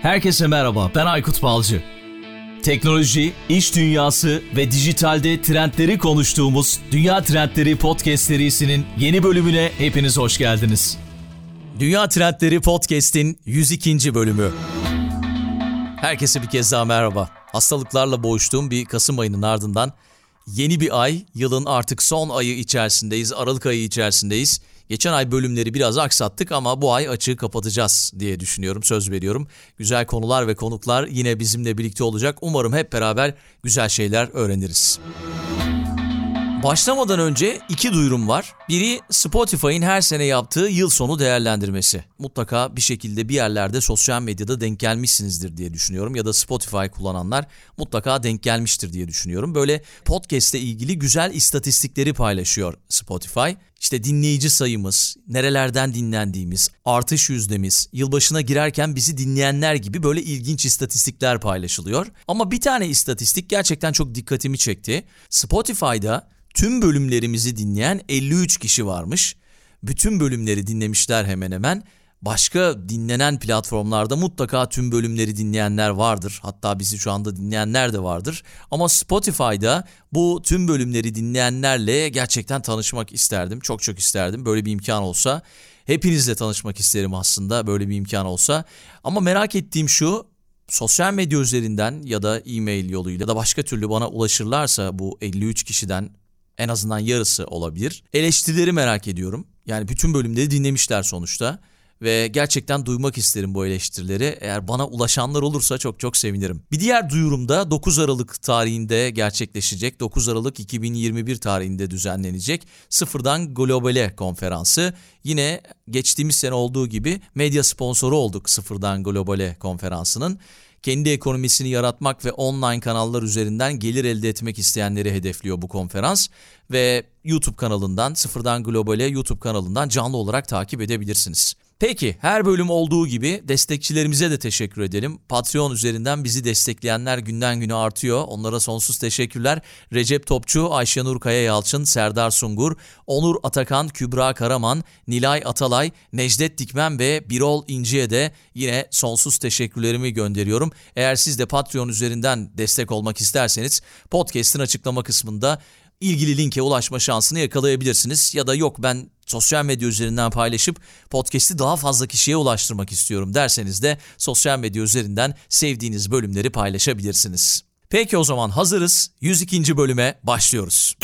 Herkese merhaba, ben Aykut Balcı. Teknoloji, iş dünyası ve dijitalde trendleri konuştuğumuz Dünya Trendleri Podcast serisinin yeni bölümüne hepiniz hoş geldiniz. Dünya Trendleri Podcast'in 102. bölümü. Herkese bir kez daha merhaba. Hastalıklarla boğuştuğum bir Kasım ayının ardından yeni bir ay, yılın artık son ayı içerisindeyiz, Aralık ayı içerisindeyiz. Geçen ay bölümleri biraz aksattık ama bu ay açığı kapatacağız diye düşünüyorum, söz veriyorum. Güzel konular ve konuklar yine bizimle birlikte olacak. Umarım hep beraber güzel şeyler öğreniriz. Başlamadan önce 2 duyurum var. Biri Spotify'ın her sene yaptığı yıl sonu değerlendirmesi. Mutlaka bir şekilde bir yerlerde sosyal medyada denk gelmişsinizdir diye düşünüyorum. Ya da Spotify kullananlar mutlaka denk gelmiştir diye düşünüyorum. Böyle podcast'le ilgili güzel istatistikleri paylaşıyor Spotify. İşte dinleyici sayımız, nerelerden dinlendiğimiz, artış yüzdemiz, yılbaşına girerken bizi dinleyenler gibi böyle ilginç istatistikler paylaşılıyor. Ama bir tane istatistik gerçekten çok dikkatimi çekti. Spotify'da tüm bölümlerimizi dinleyen 53 kişi varmış. Bütün bölümleri dinlemişler hemen hemen. Başka dinlenen platformlarda mutlaka tüm bölümleri dinleyenler vardır. Hatta bizi şu anda dinleyenler de vardır. Ama Spotify'da bu tüm bölümleri dinleyenlerle gerçekten tanışmak isterdim. Çok isterdim. Böyle bir imkan olsa. Hepinizle tanışmak isterim aslında böyle bir imkan olsa. Ama merak ettiğim şu: sosyal medya üzerinden ya da e-mail yoluyla ya da başka türlü bana ulaşırlarsa bu 53 kişiden en azından yarısı olabilir. Eleştirileri merak ediyorum. Yani bütün bölümleri dinlemişler sonuçta. Ve gerçekten duymak isterim bu eleştirileri. Eğer bana ulaşanlar olursa çok sevinirim. Bir diğer duyurum da 9 Aralık tarihinde gerçekleşecek. 9 Aralık 2021 tarihinde düzenlenecek Sıfırdan Globale konferansı. Yine geçtiğimiz sene olduğu gibi medya sponsoru olduk Sıfırdan Globale konferansının. Kendi ekonomisini yaratmak ve online kanallar üzerinden gelir elde etmek isteyenleri hedefliyor bu konferans. Ve YouTube kanalından, Sıfırdan Globale YouTube kanalından canlı olarak takip edebilirsiniz. Peki, her bölüm olduğu gibi destekçilerimize de teşekkür edelim. Patreon üzerinden bizi destekleyenler günden güne artıyor. Onlara sonsuz teşekkürler. Recep Topçu, Ayşenur Kaya Yalçın, Serdar Sungur, Onur Atakan, Kübra Karaman, Nilay Atalay, Necdet Dikmen ve Birol İnci'ye de yine sonsuz teşekkürlerimi gönderiyorum. Eğer siz de Patreon üzerinden destek olmak isterseniz podcast'in açıklama kısmında ilgili linke ulaşma şansını yakalayabilirsiniz. Ya da yok, ben sosyal medya üzerinden paylaşıp podcast'i daha fazla kişiye ulaştırmak istiyorum derseniz de sosyal medya üzerinden sevdiğiniz bölümleri paylaşabilirsiniz. Peki o zaman hazırız. 102. bölüme başlıyoruz.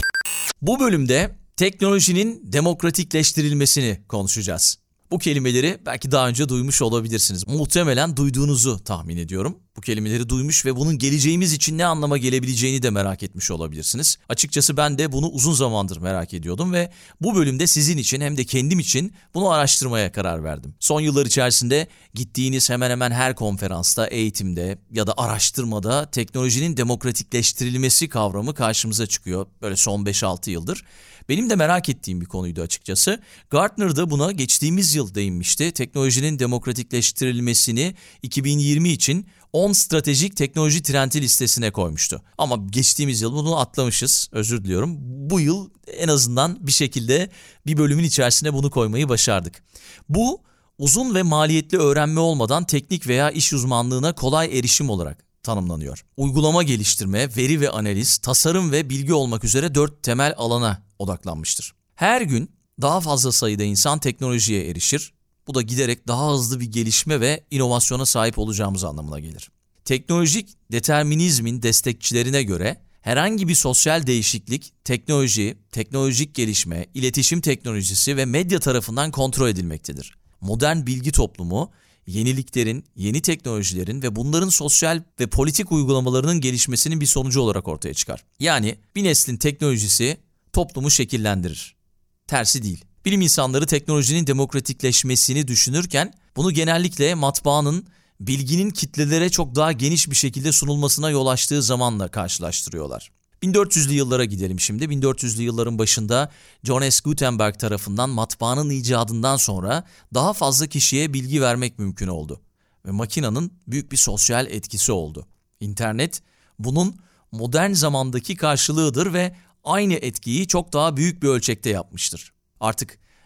Bu bölümde teknolojinin demokratikleştirilmesini konuşacağız. Bu kelimeleri belki daha önce duymuş olabilirsiniz. Muhtemelen duyduğunuzu tahmin ediyorum. Bu kelimeleri duymuş ve bunun geleceğimiz için ne anlama gelebileceğini de merak etmiş olabilirsiniz. Açıkçası ben de bunu uzun zamandır merak ediyordum ve bu bölümde sizin için hem de kendim için bunu araştırmaya karar verdim. Son yıllar içerisinde gittiğiniz hemen hemen her konferansta, eğitimde ya da araştırmada teknolojinin demokratikleştirilmesi kavramı karşımıza çıkıyor. Böyle son 5-6 yıldır. Benim de merak ettiğim bir konuydu açıkçası. Gartner da buna geçtiğimiz yıl değinmişti. Teknolojinin demokratikleştirilmesini 2020 için 10 stratejik teknoloji trendi listesine koymuştu. Ama geçtiğimiz yıl bunu atlamışız, özür diliyorum. Bu yıl en azından bir şekilde bir bölümün içerisine bunu koymayı başardık. Bu, uzun ve maliyetli öğrenme olmadan teknik veya iş uzmanlığına kolay erişim olarak tanımlanıyor. Uygulama geliştirme, veri ve analiz, tasarım ve bilgi olmak üzere 4 temel alana odaklanmıştır. Her gün daha fazla sayıda insan teknolojiye erişir. Bu da giderek daha hızlı bir gelişme ve inovasyona sahip olacağımız anlamına gelir. Teknolojik determinizmin destekçilerine göre herhangi bir sosyal değişiklik, teknoloji, teknolojik gelişme, iletişim teknolojisi ve medya tarafından kontrol edilmektedir. Modern bilgi toplumu, yeniliklerin, yeni teknolojilerin ve bunların sosyal ve politik uygulamalarının gelişmesinin bir sonucu olarak ortaya çıkar. Yani bir neslin teknolojisi toplumu şekillendirir. Tersi değil. Bilim insanları teknolojinin demokratikleşmesini düşünürken bunu genellikle matbaanın bilginin kitlelere çok daha geniş bir şekilde sunulmasına yol açtığı zamanla karşılaştırıyorlar. 1400'lü yıllara gidelim şimdi. 1400'lü yılların başında John S. Gutenberg tarafından matbaanın icadından sonra daha fazla kişiye bilgi vermek mümkün oldu. Ve makinenin büyük bir sosyal etkisi oldu. İnternet bunun modern zamandaki karşılığıdır ve aynı etkiyi çok daha büyük bir ölçekte yapmıştır. Artık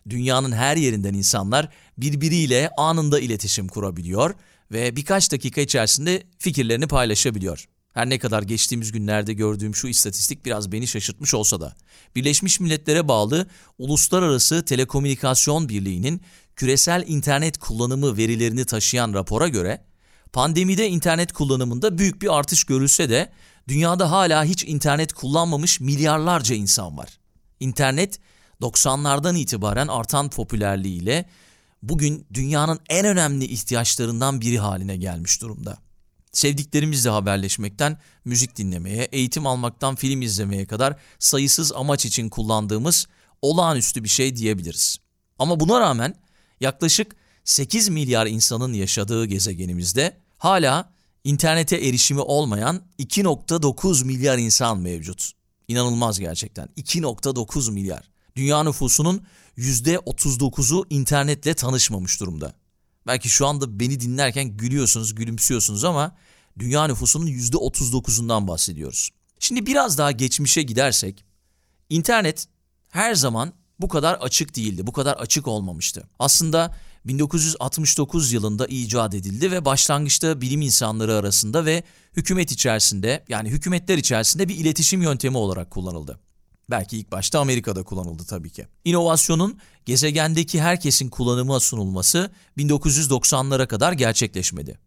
Dünyanın her yerinden insanlar birbiriyle anında iletişim kurabiliyor ve birkaç dakika içerisinde fikirlerini paylaşabiliyor. Her ne kadar geçtiğimiz günlerde gördüğüm şu istatistik biraz beni şaşırtmış olsa da, Birleşmiş Milletler'e bağlı Uluslararası Telekomünikasyon Birliği'nin küresel internet kullanımı verilerini taşıyan rapora göre, pandemide internet kullanımında büyük bir artış görülse de, dünyada hala hiç internet kullanmamış milyarlarca insan var. İnternet, 90'lardan itibaren artan popülerliğiyle bugün dünyanın en önemli ihtiyaçlarından biri haline gelmiş durumda. Sevdiklerimizle haberleşmekten müzik dinlemeye, eğitim almaktan film izlemeye kadar sayısız amaç için kullandığımız olağanüstü bir şey diyebiliriz. Ama buna rağmen yaklaşık 8 milyar insanın yaşadığı gezegenimizde hala internete erişimi olmayan 2,9 milyar insan mevcut. İnanılmaz gerçekten. 2,9 milyar. Dünya nüfusunun %39'u internetle tanışmamış durumda. Belki şu anda beni dinlerken gülüyorsunuz, gülümsüyorsunuz ama dünya nüfusunun %39'undan bahsediyoruz. Şimdi biraz daha geçmişe gidersek, internet her zaman bu kadar açık değildi, bu kadar açık olmamıştı. Aslında 1969 yılında icat edildi ve başlangıçta bilim insanları arasında ve hükümet içerisinde, yani hükümetler içerisinde bir iletişim yöntemi olarak kullanıldı. Belki ilk başta Amerika'da kullanıldı tabii ki. İnovasyonun gezegendeki herkesin kullanıma sunulması 1990'lara kadar gerçekleşmedi.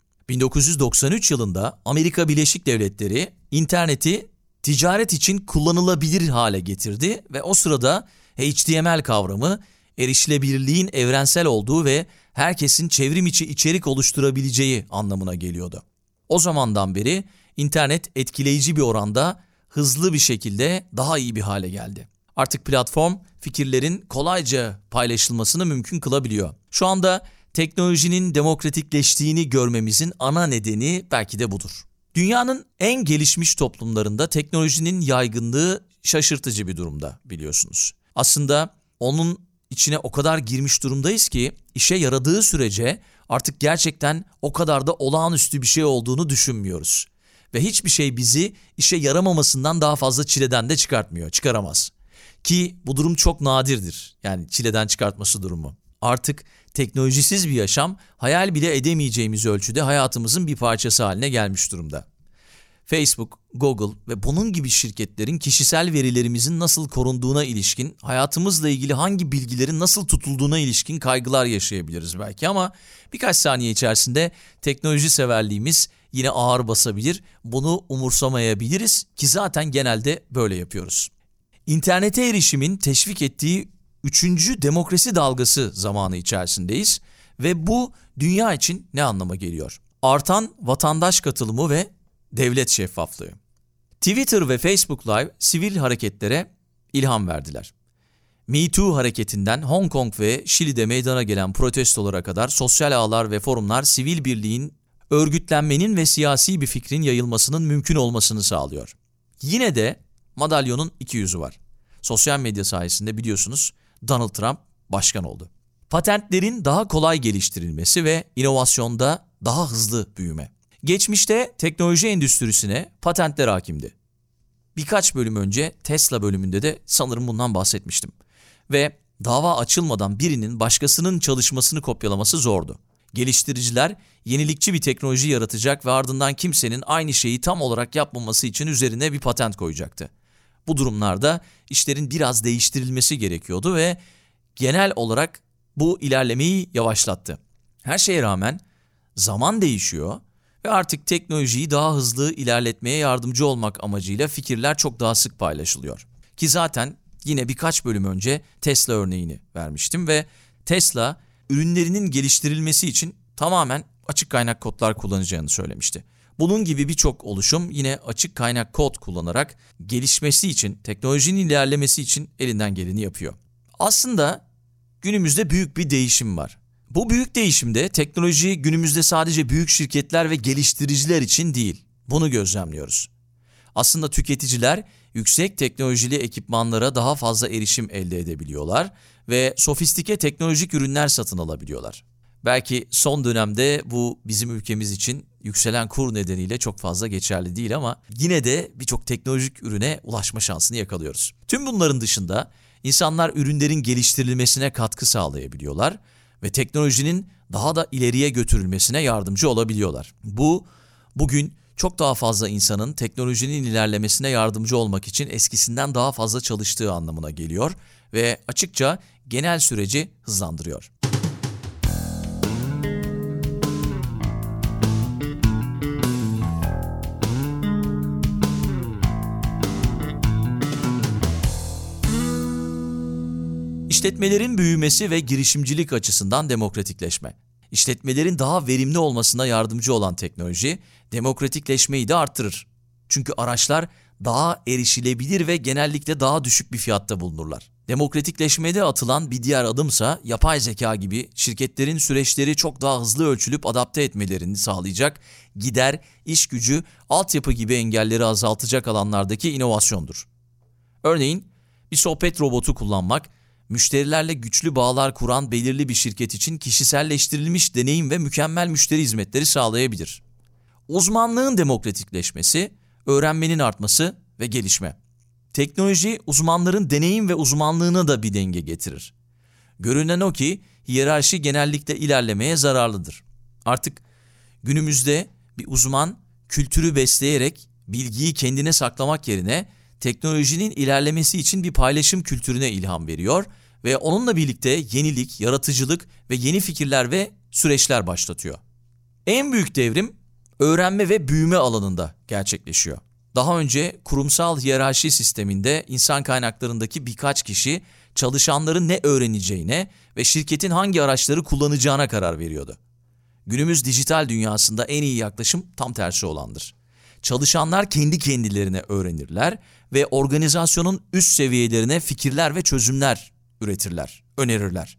1993 yılında Amerika Birleşik Devletleri interneti ticaret için kullanılabilir hale getirdi ve o sırada HTML kavramı erişilebilirliğin evrensel olduğu ve herkesin çevrim içi içerik oluşturabileceği anlamına geliyordu. O zamandan beri internet etkileyici bir oranda hızlı bir şekilde daha iyi bir hale geldi. Artık platform fikirlerin kolayca paylaşılmasını mümkün kılabiliyor. Şu anda teknolojinin demokratikleştiğini görmemizin ana nedeni belki de budur. Dünyanın en gelişmiş toplumlarında teknolojinin yaygınlığı şaşırtıcı bir durumda biliyorsunuz. Aslında onun içine o kadar girmiş durumdayız ki işe yaradığı sürece artık gerçekten o kadar da olağanüstü bir şey olduğunu düşünmüyoruz. Ve hiçbir şey bizi işe yaramamasından daha fazla çileden de çıkaramaz. Ki bu durum çok nadirdir. Yani çileden çıkartması durumu. Artık teknolojisiz bir yaşam hayal bile edemeyeceğimiz ölçüde hayatımızın bir parçası haline gelmiş durumda. Facebook, Google ve bunun gibi şirketlerin kişisel verilerimizin nasıl korunduğuna ilişkin, hayatımızla ilgili hangi bilgilerin nasıl tutulduğuna ilişkin kaygılar yaşayabiliriz belki ama birkaç saniye içerisinde teknoloji severliğimiz yine ağır basabilir, bunu umursamayabiliriz ki zaten genelde böyle yapıyoruz. İnternete erişimin teşvik ettiği 3. demokrasi dalgası zamanı içerisindeyiz ve bu dünya için ne anlama geliyor? Artan vatandaş katılımı ve devlet şeffaflığı. Twitter ve Facebook Live sivil hareketlere ilham verdiler. Me Too hareketinden Hong Kong ve Şili'de meydana gelen protestolara kadar sosyal ağlar ve forumlar sivil birliğin, örgütlenmenin ve siyasi bir fikrin yayılmasının mümkün olmasını sağlıyor. Yine de madalyonun iki yüzü var. Sosyal medya sayesinde biliyorsunuz Donald Trump başkan oldu. Patentlerin daha kolay geliştirilmesi ve inovasyonda daha hızlı büyüme. Geçmişte teknoloji endüstrisine patentler hakimdi. Birkaç bölüm önce Tesla bölümünde de sanırım bundan bahsetmiştim. Ve dava açılmadan birinin başkasının çalışmasını kopyalaması zordu. Geliştiriciler yenilikçi bir teknoloji yaratacak ve ardından kimsenin aynı şeyi tam olarak yapmaması için üzerine bir patent koyacaktı. Bu durumlarda işlerin biraz değiştirilmesi gerekiyordu ve genel olarak bu ilerlemeyi yavaşlattı. Her şeye rağmen zaman değişiyor ve artık teknolojiyi daha hızlı ilerletmeye yardımcı olmak amacıyla fikirler çok daha sık paylaşılıyor. Ki zaten yine birkaç bölüm önce Tesla örneğini vermiştim ve Tesla ürünlerinin geliştirilmesi için tamamen açık kaynak kodlar kullanacağını söylemişti. Bunun gibi birçok oluşum yine açık kaynak kod kullanarak gelişmesi için, teknolojinin ilerlemesi için elinden geleni yapıyor. Aslında günümüzde büyük bir değişim var. Bu büyük değişimde teknoloji günümüzde sadece büyük şirketler ve geliştiriciler için değil. Bunu gözlemliyoruz. Aslında tüketiciler yüksek teknolojili ekipmanlara daha fazla erişim elde edebiliyorlar ve sofistike teknolojik ürünler satın alabiliyorlar. Belki son dönemde bu bizim ülkemiz için yükselen kur nedeniyle çok fazla geçerli değil ama yine de birçok teknolojik ürüne ulaşma şansını yakalıyoruz. Tüm bunların dışında İnsanlar ürünlerin geliştirilmesine katkı sağlayabiliyorlar ve teknolojinin daha da ileriye götürülmesine yardımcı olabiliyorlar. Bugün çok daha fazla insanın teknolojinin ilerlemesine yardımcı olmak için eskisinden daha fazla çalıştığı anlamına geliyor ve açıkça genel süreci hızlandırıyor. İşletmelerin büyümesi ve girişimcilik açısından demokratikleşme. İşletmelerin daha verimli olmasına yardımcı olan teknoloji, demokratikleşmeyi de arttırır. Çünkü araçlar daha erişilebilir ve genellikle daha düşük bir fiyatta bulunurlar. Demokratikleşmede atılan bir diğer adımsa yapay zeka gibi şirketlerin süreçleri çok daha hızlı ölçülüp adapte etmelerini sağlayacak, gider, iş gücü, altyapı gibi engelleri azaltacak alanlardaki inovasyondur. Örneğin bir sohbet robotu kullanmak, müşterilerle güçlü bağlar kuran belirli bir şirket için kişiselleştirilmiş deneyim ve mükemmel müşteri hizmetleri sağlayabilir. Uzmanlığın demokratikleşmesi, öğrenmenin artması ve gelişme. Teknoloji, uzmanların deneyim ve uzmanlığına da bir denge getirir. Görünen o ki, hiyerarşi genellikle ilerlemeye zararlıdır. Artık günümüzde bir uzman, kültürü besleyerek bilgiyi kendine saklamak yerine, teknolojinin ilerlemesi için bir paylaşım kültürüne ilham veriyor ve onunla birlikte yenilik, yaratıcılık ve yeni fikirler ve süreçler başlatıyor. En büyük devrim, öğrenme ve büyüme alanında gerçekleşiyor. Daha önce kurumsal hiyerarşi sisteminde insan kaynaklarındaki birkaç kişi çalışanların ne öğreneceğine ve şirketin hangi araçları kullanacağına karar veriyordu. Günümüz dijital dünyasında en iyi yaklaşım tam tersi olandır. Çalışanlar kendi kendilerine öğrenirler ve organizasyonun üst seviyelerine fikirler ve çözümler üretirler, önerirler.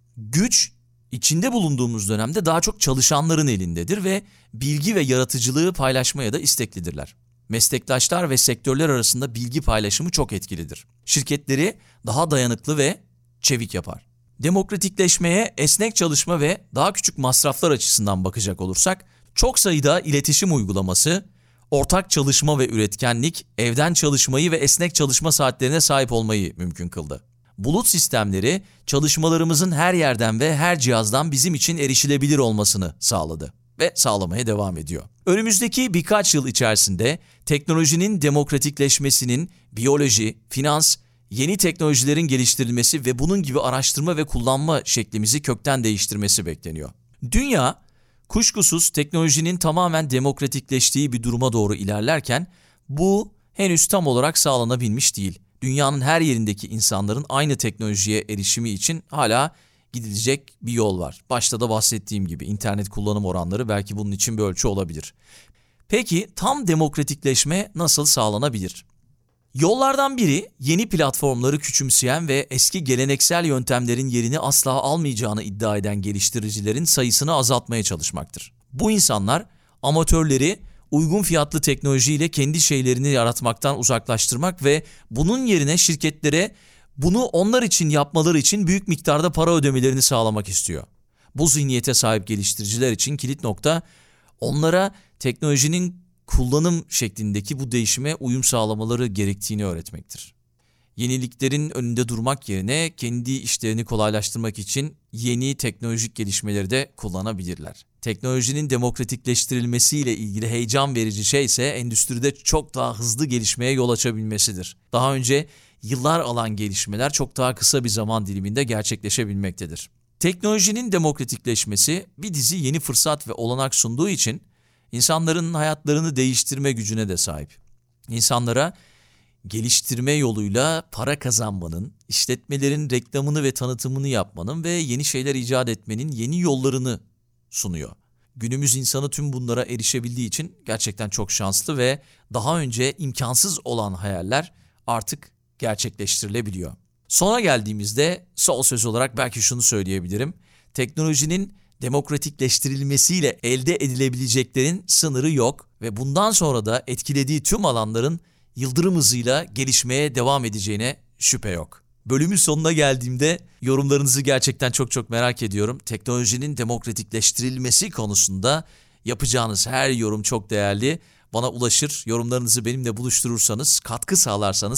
Güç, içinde bulunduğumuz dönemde daha çok çalışanların elindedir ve bilgi ve yaratıcılığı paylaşmaya da isteklidirler. Meslektaşlar ve sektörler arasında bilgi paylaşımı çok etkilidir. Şirketleri daha dayanıklı ve çevik yapar. Demokratikleşmeye, esnek çalışma ve daha küçük masraflar açısından bakacak olursak, çok sayıda iletişim uygulaması, ortak çalışma ve üretkenlik, evden çalışmayı ve esnek çalışma saatlerine sahip olmayı mümkün kıldı. Bulut sistemleri, çalışmalarımızın her yerden ve her cihazdan bizim için erişilebilir olmasını sağladı ve sağlamaya devam ediyor. Önümüzdeki birkaç yıl içerisinde teknolojinin demokratikleşmesinin biyoloji, finans, yeni teknolojilerin geliştirilmesi ve bunun gibi araştırma ve kullanma şeklimizi kökten değiştirmesi bekleniyor. Dünya, kuşkusuz teknolojinin tamamen demokratikleştiği bir duruma doğru ilerlerken bu henüz tam olarak sağlanabilmiş değil. Dünyanın her yerindeki insanların aynı teknolojiye erişimi için hala gidilecek bir yol var. Başta da bahsettiğim gibi internet kullanım oranları belki bunun için bir ölçü olabilir. Peki tam demokratikleşme nasıl sağlanabilir? Yollardan biri yeni platformları küçümseyen ve eski geleneksel yöntemlerin yerini asla almayacağını iddia eden geliştiricilerin sayısını azaltmaya çalışmaktır. Bu insanlar amatörleri uygun fiyatlı teknolojiyle kendi şeylerini yaratmaktan uzaklaştırmak ve bunun yerine şirketlere bunu onlar için yapmaları için büyük miktarda para ödemelerini sağlamak istiyor. Bu zihniyete sahip geliştiriciler için kilit nokta onlara teknolojinin kullanım şeklindeki bu değişime uyum sağlamaları gerektiğini öğretmektir. Yeniliklerin önünde durmak yerine kendi işlerini kolaylaştırmak için yeni teknolojik gelişmeleri de kullanabilirler. Teknolojinin demokratikleştirilmesiyle ilgili heyecan verici şey ise endüstride çok daha hızlı gelişmeye yol açabilmesidir. Daha önce yıllar alan gelişmeler çok daha kısa bir zaman diliminde gerçekleşebilmektedir. Teknolojinin demokratikleşmesi bir dizi yeni fırsat ve olanak sunduğu için insanların hayatlarını değiştirme gücüne de sahip. İnsanlara geliştirme yoluyla para kazanmanın, işletmelerin reklamını ve tanıtımını yapmanın ve yeni şeyler icat etmenin yeni yollarını sunuyor. Günümüz insanı tüm bunlara erişebildiği için gerçekten çok şanslı ve daha önce imkansız olan hayaller artık gerçekleştirilebiliyor. Sona geldiğimizde son söz olarak belki şunu söyleyebilirim. Teknolojinin demokratikleştirilmesiyle elde edilebileceklerin sınırı yok ve bundan sonra da etkilediği tüm alanların yıldırım hızıyla gelişmeye devam edeceğine şüphe yok. Bölümün sonuna geldiğimde yorumlarınızı gerçekten çok merak ediyorum. Teknolojinin demokratikleştirilmesi konusunda yapacağınız her yorum çok değerli. Bana ulaşır, yorumlarınızı benimle buluşturursanız, katkı sağlarsanız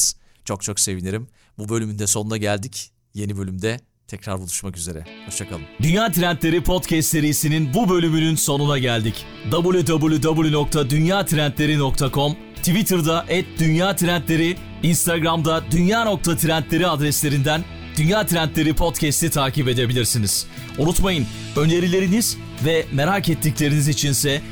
çok çok sevinirim. Bu bölümün de sonuna geldik. Yeni bölümde tekrar buluşmak üzere. Hoşçakalın. Dünya Trendleri Podcast serisinin bu bölümünün sonuna geldik. www.dünyatrendleri.com, Twitter'da @dünyatrendleri, Instagram'da dünya.trendleri adreslerinden Dünya Trendleri Podcast'i takip edebilirsiniz. Unutmayın, önerileriniz ve merak ettikleriniz içinse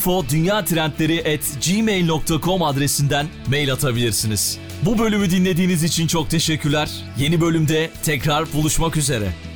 info.dünyatrendleri@gmail.com adresinden mail atabilirsiniz. Bu bölümü dinlediğiniz için çok teşekkürler. Yeni bölümde tekrar buluşmak üzere.